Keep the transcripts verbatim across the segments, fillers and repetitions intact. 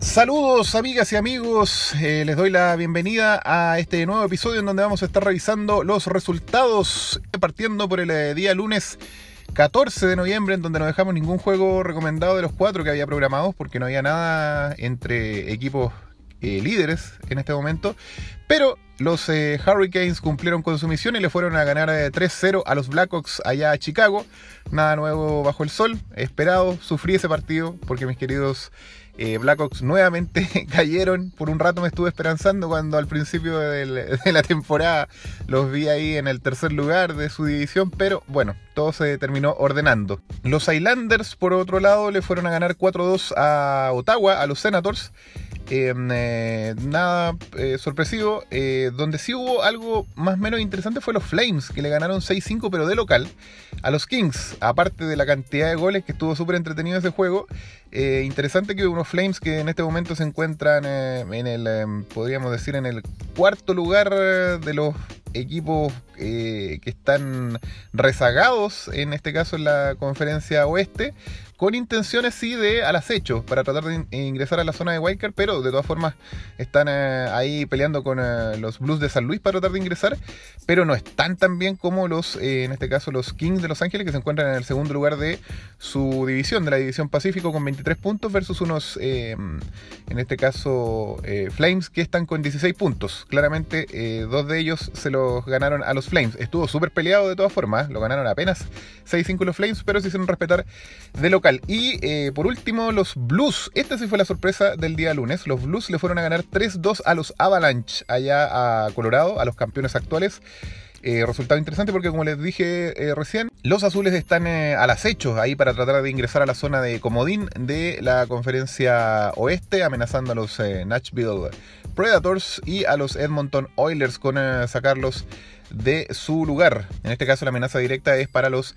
Saludos amigas y amigos, eh, les doy la bienvenida a este nuevo episodio en donde vamos a estar revisando los resultados, partiendo por el eh, día lunes catorce de noviembre, en donde no dejamos ningún juego recomendado de los cuatro que había programados, porque no había nada entre equipos eh, líderes en este momento, pero los eh, Hurricanes cumplieron con su misión y le fueron a ganar eh, tres cero a los Blackhawks allá a Chicago. Nada nuevo bajo el sol, esperado, sufrí ese partido porque mis queridos Eh, Blackhawks nuevamente cayeron. Por un rato me estuve esperanzando cuando al principio del, de la temporada los vi ahí en el tercer lugar de su división, pero bueno, todo se terminó ordenando. Los Islanders, por otro lado, le fueron a ganar cuatro dos a Ottawa, a los Senators. Eh, eh, nada eh, sorpresivo. Eh, donde sí hubo algo más o menos interesante fue los Flames, que le ganaron seis cinco, pero de local, a los Kings. Aparte de la cantidad de goles, que estuvo súper entretenido ese juego. Eh, interesante que unos Flames que en este momento se encuentran eh, en el, eh, podríamos decir, en el cuarto lugar de los equipos eh, que están rezagados, en este caso en la conferencia oeste, con intenciones sí de al acecho para tratar de ingresar a la zona de wildcard, pero de todas formas están eh, ahí peleando con eh, los Blues de San Luis para tratar de ingresar, pero no están tan bien como los, eh, en este caso los Kings de Los Ángeles, que se encuentran en el segundo lugar de su división, de la división Pacífico, con veintitrés puntos versus unos, eh, en este caso eh, Flames, que están con dieciséis puntos. Claramente eh, dos de ellos se los ganaron a los Flames. Estuvo súper peleado de todas formas, lo ganaron apenas seis cinco los Flames, pero se hicieron respetar de local. Y eh, por último, los Blues. Esta sí fue la sorpresa del día lunes. Los Blues le fueron a ganar tres dos a los Avalanche allá a Colorado, a los campeones actuales. Eh, resultado interesante porque, como les dije eh, recién, los azules están eh, al acecho ahí para tratar de ingresar a la zona de comodín de la conferencia oeste, amenazando a los eh, Nashville Predators y a los Edmonton Oilers con eh, sacarlos de su lugar. En este caso la amenaza directa es para los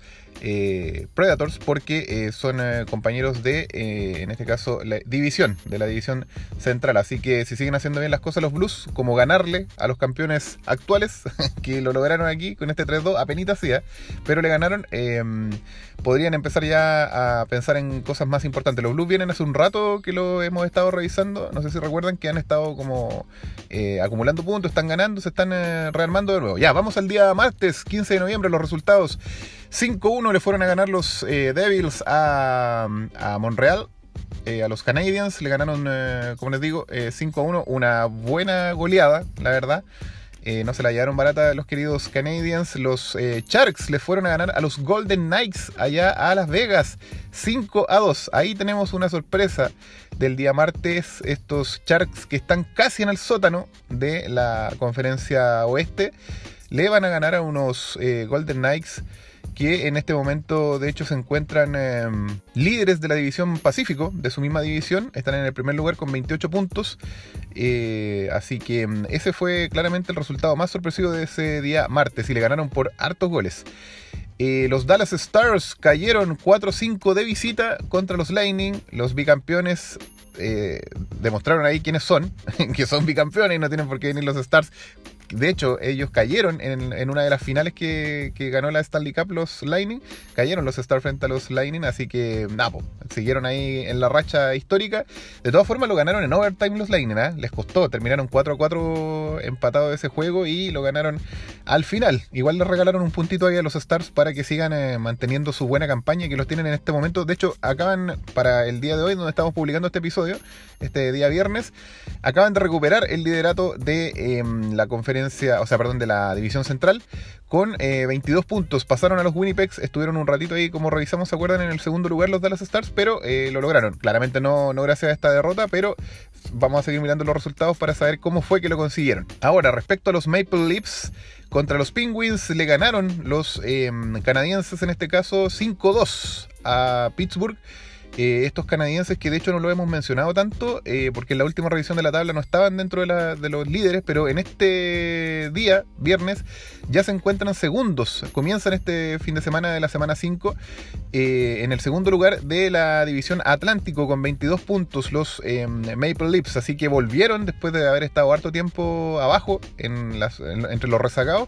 eh, Predators, porque eh, son eh, compañeros de, eh, en este caso, la división, de la división central. Así que si siguen haciendo bien las cosas los Blues, como ganarle a los campeones actuales, que lo lograron aquí con este tres dos, apenitas sí, ¿eh? pero le ganaron, eh, podrían empezar ya a pensar en cosas más importantes. Los Blues vienen hace un rato que lo hemos estado revisando, no sé si recuerdan que han estado como eh, acumulando puntos, están ganando, se están eh, rearmando de nuevo. Ya, vamos al día martes, quince de noviembre, los resultados. cinco uno le fueron a ganar los eh, Devils a, a Montreal. Eh, a los Canadiens le ganaron, eh, como les digo, eh, cinco a uno. Una buena goleada, la verdad. Eh, no se la llevaron barata los queridos Canadiens. Los eh, Sharks le fueron a ganar a los Golden Knights allá a Las Vegas, cinco a dos. Ahí tenemos una sorpresa del día martes. Estos Sharks, que están casi en el sótano de la conferencia oeste, le van a ganar a unos eh, Golden Knights que en este momento de hecho se encuentran eh, líderes de la división Pacífico, de su misma división. Están en el primer lugar con veintiocho puntos, eh, así que ese fue claramente el resultado más sorpresivo de ese día martes, y le ganaron por hartos goles. Eh, los Dallas Stars cayeron cuatro cinco de visita contra los Lightning. Los bicampeones eh, demostraron ahí quiénes son, que son bicampeones y no tienen por qué venir los Stars. De hecho, ellos cayeron en, en una de las finales que, que ganó la Stanley Cup, los Lightning. Cayeron los Stars frente a los Lightning, así que nada, po, siguieron ahí en la racha histórica. De todas formas, lo ganaron en overtime los Lightning, ¿eh? Les costó, terminaron cuatro a cuatro empatados de ese juego y lo ganaron al final. Igual les regalaron un puntito ahí a los Stars para que sigan eh, manteniendo su buena campaña, que los tienen en este momento. De hecho, acaban, para el día de hoy, donde estamos publicando este episodio, este día viernes, acaban de recuperar el liderato de eh, la conferencia, o sea, perdón, de la división central, con eh, veintidós puntos. Pasaron a los Winnipegs, estuvieron un ratito ahí, como revisamos, ¿se acuerdan? En el segundo lugar los Dallas Stars, pero eh, lo lograron. Claramente no, no gracias a esta derrota, pero vamos a seguir mirando los resultados para saber cómo fue que lo consiguieron. Ahora, respecto a los Maple Leafs, contra los Penguins le ganaron los eh, canadienses, en este caso, cinco dos a Pittsburgh. Eh, estos canadienses, que de hecho no lo hemos mencionado tanto, eh, porque en la última revisión de la tabla no estaban dentro de, la, de los líderes, pero en este día, viernes, ya se encuentran segundos. Comienzan este fin de semana de la semana cinco eh, en el segundo lugar de la división Atlántico con veintidós puntos los eh, Maple Leafs, así que volvieron después de haber estado harto tiempo abajo en las, en, entre los rezagados.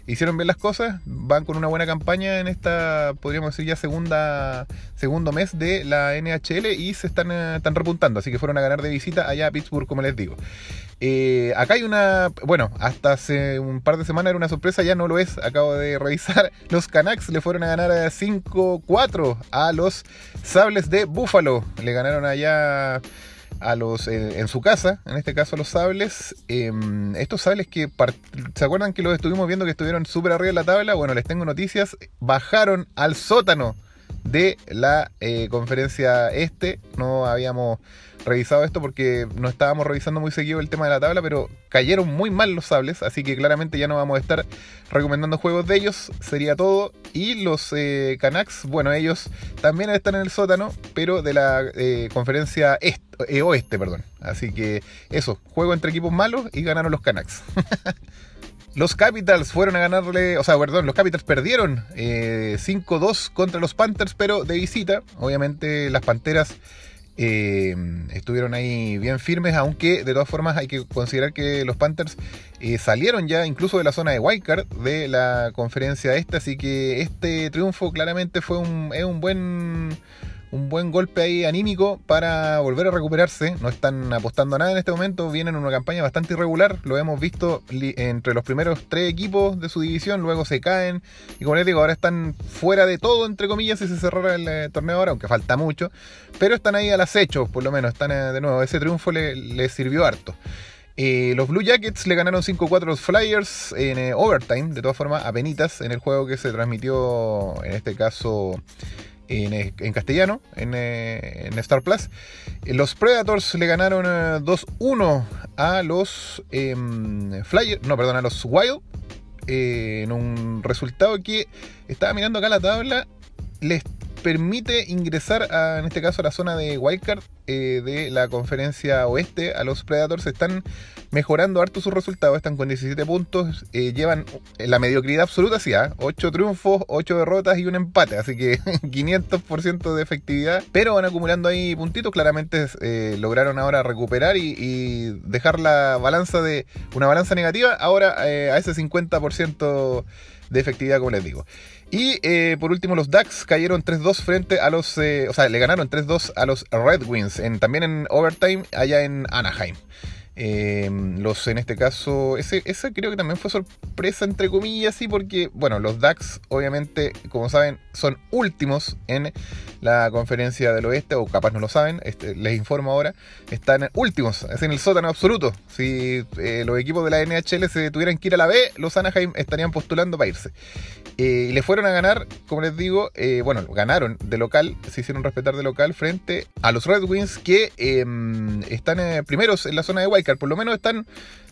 hicieron bien las cosas, van con una buena campaña en esta, podríamos decir ya segunda, segundo mes de la N H L y se están, eh, están repuntando, así que fueron a ganar de visita allá a Pittsburgh, como les digo. Eh, acá hay una, bueno, hasta hace un par de semanas era una sorpresa, ya no lo es, acabo de revisar, los Canucks le fueron a ganar cinco cuatro a los Sables de Buffalo, le ganaron allá a los eh, en su casa, en este caso a los Sables. Eh, estos Sables que, ¿se acuerdan que los estuvimos viendo que estuvieron súper arriba en la tabla? Bueno, les tengo noticias, bajaron al sótano de la eh, conferencia este, no habíamos revisado esto porque no estábamos revisando muy seguido el tema de la tabla, pero cayeron muy mal los Sables, así que claramente ya no vamos a estar recomendando juegos de ellos, sería todo. Y los eh, Canucks, bueno, ellos también están en el sótano, pero de la eh, conferencia este, eh, oeste, perdón. Así que eso, juego entre equipos malos y ganaron los Canucks. Los Capitals fueron a ganarle, o sea, perdón, los Capitals perdieron eh, cinco dos contra los Panthers, pero de visita. Obviamente las Panteras Eh, estuvieron ahí bien firmes, aunque de todas formas hay que considerar que los Panthers eh, salieron ya incluso de la zona de wildcard de la conferencia esta, así que este triunfo claramente fue un, es un buen un buen golpe ahí anímico para volver a recuperarse. No están apostando a nada en este momento, vienen en una campaña bastante irregular, lo hemos visto entre los primeros tres equipos de su división, luego se caen y como les digo, ahora están fuera de todo, entre comillas, si se cerrara el eh, torneo ahora, aunque falta mucho, pero están ahí al acecho, por lo menos, están eh, de nuevo, ese triunfo les le sirvió harto. Eh, los Blue Jackets le ganaron cinco cuatro a los Flyers en eh, overtime, de todas formas, a penitas, en el juego que se transmitió, en este caso En, en castellano, en, eh, en Star Plus. Los Predators le ganaron eh, dos uno a los eh, Flyers, no, perdón, a los Wild, eh, en un resultado que estaba mirando acá la tabla, les permite ingresar a, en este caso, a la zona de wildcard eh, de la conferencia oeste. A los Predators están mejorando harto sus resultados, están con diecisiete puntos, eh, llevan la mediocridad absoluta, sí, ¿eh? ocho triunfos, ocho derrotas y un empate, así que quinientos por ciento de efectividad, pero van acumulando ahí puntitos, claramente eh, lograron ahora recuperar y, y dejar la balanza de una balanza negativa ahora eh, a ese cincuenta por ciento de efectividad, como les digo. Y eh, por último los Ducks cayeron tres dos frente a los, eh, o sea, le ganaron tres dos a los Red Wings, en, también en overtime allá en Anaheim. Eh, los, en este caso, ese, ese creo que también fue sorpresa entre comillas, sí, porque, bueno, los Ducks obviamente, como saben, son últimos en la conferencia del oeste, o capaz no lo saben, este, les informo ahora, están últimos, es en el sótano absoluto. Si eh, los equipos de la N H L se tuvieran que ir a la B, los Anaheim estarían postulando para irse. Eh, y le fueron a ganar, como les digo, eh, bueno, ganaron de local, se hicieron respetar de local frente a los Red Wings, que eh, están eh, primeros en la zona de wildcard, por lo menos están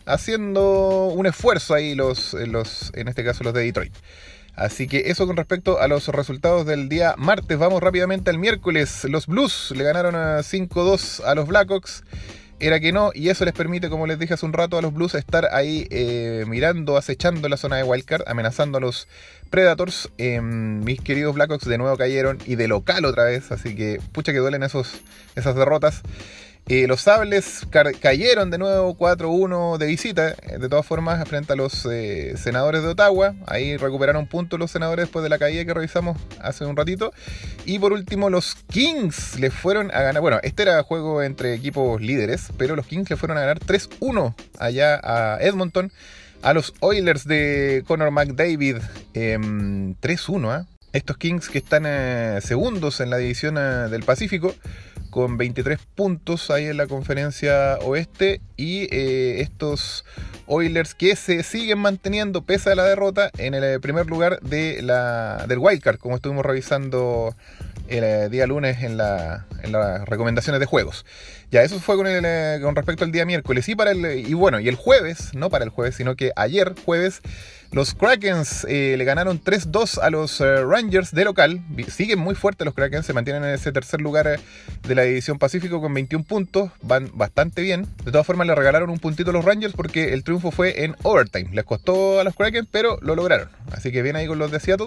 haciendo un esfuerzo ahí los, los, en este caso los de Detroit. Así que eso con respecto a los resultados del día martes. Vamos rápidamente al miércoles. Los Blues le ganaron a cinco dos a los Blackhawks. Era que no, y eso les permite, como les dije hace un rato, a los Blues estar ahí eh, mirando, acechando la zona de wildcard, amenazando a los Predators. Eh, mis queridos Blackhawks de nuevo cayeron y de local otra vez, así que pucha que duelen esos, esas derrotas. Eh, los Sables cayeron de nuevo cuatro uno de visita, de todas formas, frente a los eh, Senadores de Ottawa. Ahí recuperaron puntos los Senadores después de la caída que revisamos hace un ratito. Y por último, los Kings le fueron a ganar. Bueno, este era juego entre equipos líderes, pero los Kings le fueron a ganar tres uno allá a Edmonton a los Oilers de Connor McDavid. Eh, tres uno, ¿eh? Estos Kings que están eh, segundos en la división eh, del Pacífico, con veintitrés puntos ahí en la conferencia oeste, y eh, estos Oilers que se siguen manteniendo pese a la derrota en el primer lugar de la, del wildcard, como estuvimos revisando el día lunes en, la, en las recomendaciones de juegos. Ya, eso fue con, el, con respecto al día miércoles. Y, para el, y bueno, y el jueves, no para el jueves, sino que ayer jueves, los Krakens eh, le ganaron tres dos a los eh, Rangers de local. Siguen muy fuertes los Krakens, se mantienen en ese tercer lugar de la división Pacífico con veintiún puntos, van bastante bien. De todas formas le regalaron un puntito a los Rangers porque el triunfo fue en overtime. Les costó a los Krakens, pero lo lograron. Así que bien ahí con los de Seattle.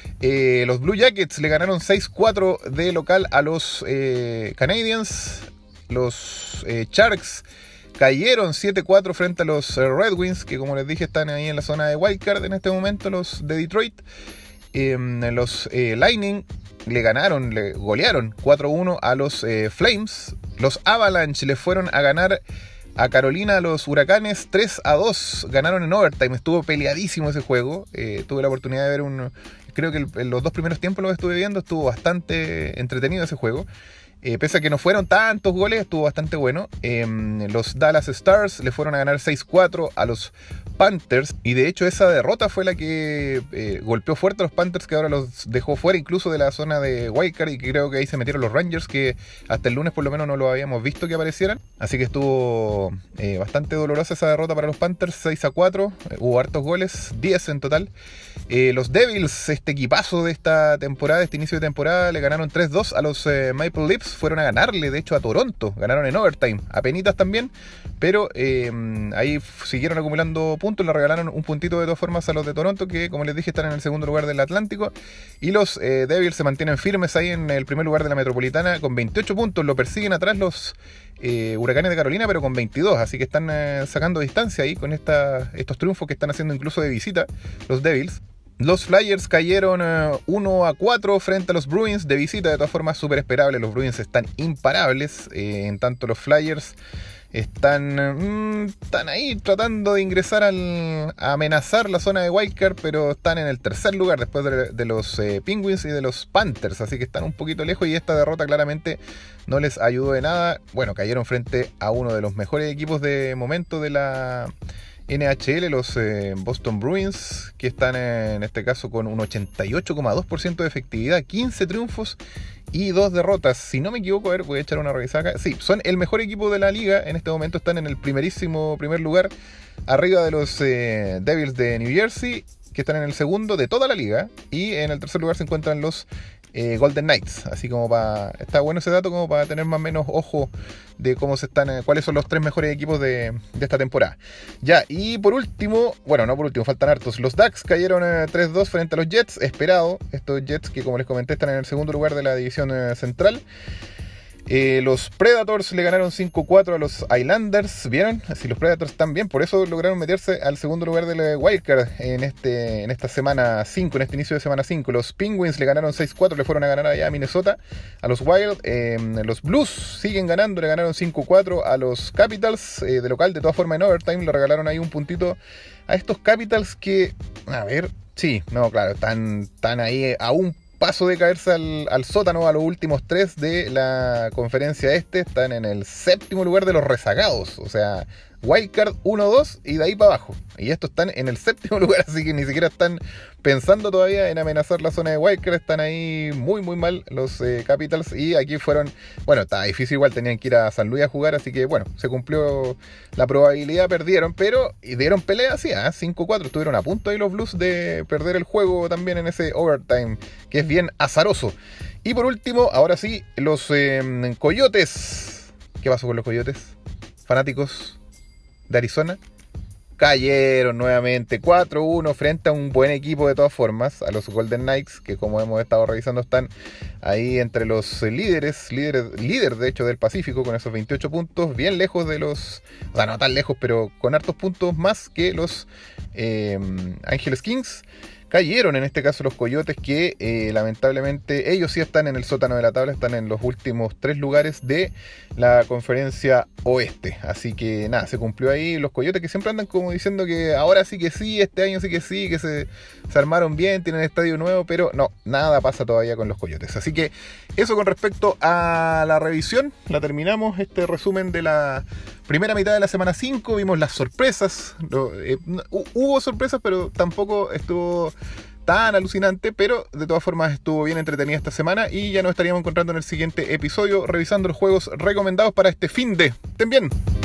Eh, los Blue Jackets le ganaron seis cuatro de local a los eh, Canadiens. Los eh, Sharks cayeron siete cuatro frente a los Red Wings, que como les dije están ahí en la zona de Wildcard en este momento, los de Detroit. Eh, los eh, Lightning le ganaron, le golearon cuatro uno a los eh, Flames. Los Avalanche le fueron a ganar a Carolina, a los Huracanes, tres a dos. Ganaron en overtime, estuvo peleadísimo ese juego. Eh, tuve la oportunidad de ver un... Creo que el, en los dos primeros tiempos lo estuve viendo, estuvo bastante entretenido ese juego. Eh, pese a que no fueron tantos goles, estuvo bastante bueno. Eh, los Dallas Stars le fueron a ganar seis cuatro a los Panthers. Y de hecho esa derrota fue la que eh, golpeó fuerte a los Panthers, que ahora los dejó fuera incluso de la zona de Wildcard. Y que creo que ahí se metieron los Rangers, que hasta el lunes por lo menos no lo habíamos visto que aparecieran. Así que estuvo eh, bastante dolorosa esa derrota para los Panthers, seis a cuatro. Eh, hubo hartos goles, diez en total. Eh, los Devils, este equipazo de esta temporada, de este inicio de temporada, le ganaron tres dos a los eh, Maple Leafs. Fueron a ganarle, de hecho, a Toronto. Ganaron en overtime, a penitas también, pero eh, ahí siguieron acumulando puntos. Le regalaron un puntito de todas formas a los de Toronto, que como les dije están en el segundo lugar del Atlántico. Y los eh, Devils se mantienen firmes ahí en el primer lugar de la Metropolitana con veintiocho puntos. Lo persiguen atrás los eh, Huracanes de Carolina, pero con veintidós. Así que están eh, sacando distancia ahí con esta, estos triunfos que están haciendo incluso de visita los Devils. Los Flyers cayeron uh, uno a cuatro frente a los Bruins de visita, de todas formas súper esperable. Los Bruins están imparables, eh, en tanto los Flyers están, mm, están ahí tratando de ingresar al, a amenazar la zona de Wildcard, pero están en el tercer lugar después de, de los eh, Penguins y de los Panthers, así que están un poquito lejos y esta derrota claramente no les ayudó de nada. Bueno, cayeron frente a uno de los mejores equipos de momento de la N H L, los eh, Boston Bruins, que están eh, en este caso con un ochenta y ocho coma dos por ciento de efectividad, quince triunfos y dos derrotas. Si no me equivoco, a ver, voy a echar una revisada acá. Sí, son el mejor equipo de la liga. En este momento están en el primerísimo primer lugar, arriba de los eh, Devils de New Jersey, que están en el segundo de toda la liga. Y en el tercer lugar se encuentran los Eh, Golden Knights, así como para... Está bueno ese dato como para tener más o menos ojo de cómo se están, eh, cuáles son los tres mejores equipos de, de esta temporada. Ya, y por último, bueno, no por último, faltan hartos. Los Ducks cayeron eh, tres dos frente a los Jets, esperado. Estos Jets que, como les comenté, están en el segundo lugar de la división eh, central. Eh, los Predators le ganaron cinco cuatro a los Islanders. ¿Vieron? Si los Predators están bien, por eso lograron meterse al segundo lugar del Wildcard en, este, en esta semana cinco, en este inicio de semana cinco. Los Penguins le ganaron seis cuatro, le fueron a ganar allá a Minnesota, a los Wild. Eh, los Blues siguen ganando, le ganaron cinco cuatro a los Capitals, eh, de local. De todas formas, en overtime le regalaron ahí un puntito a estos Capitals que, a ver, sí, no, claro, están, están ahí a un paso de caerse al, al sótano, a los últimos tres de la conferencia este. Están en el séptimo lugar de los rezagados, o sea, Wildcard uno dos y de ahí para abajo. Y estos están en el séptimo lugar, así que ni siquiera están pensando todavía en amenazar la zona de Wildcard. Están ahí muy muy mal los eh, Capitals. Y aquí fueron, bueno, estaba difícil igual, tenían que ir a San Luis a jugar, así que bueno, se cumplió la probabilidad, perdieron, pero y dieron pelea, sí, ¿eh? cinco cuatro, estuvieron a punto ahí los Blues de perder el juego también en ese overtime, que es bien azaroso. Y por último, ahora sí, los eh, Coyotes. ¿Qué pasó con los Coyotes? Fanáticos de Arizona cayeron nuevamente cuatro uno frente a un buen equipo de todas formas, a los Golden Knights, que como hemos estado revisando están ahí entre los líderes, líderes líder de hecho del Pacífico con esos veintiocho puntos, bien lejos de los, o sea, no tan lejos, pero con hartos puntos más que los eh, Ángeles Kings. Cayeron en este caso los Coyotes, que eh, lamentablemente ellos sí están en el sótano de la tabla, están en los últimos tres lugares de la conferencia oeste. Así que nada, se cumplió ahí. Los Coyotes que siempre andan como diciendo que ahora sí que sí, este año sí que sí, que se, se armaron bien, tienen estadio nuevo, pero no, nada pasa todavía con los Coyotes. Así que eso con respecto a la revisión, la terminamos, este resumen de la primera mitad de la semana cinco. Vimos las sorpresas, no, eh, no, hubo sorpresas, pero tampoco estuvo tan alucinante, pero de todas formas estuvo bien entretenida esta semana y ya nos estaríamos encontrando en el siguiente episodio revisando los juegos recomendados para este fin de. ¡Estén bien!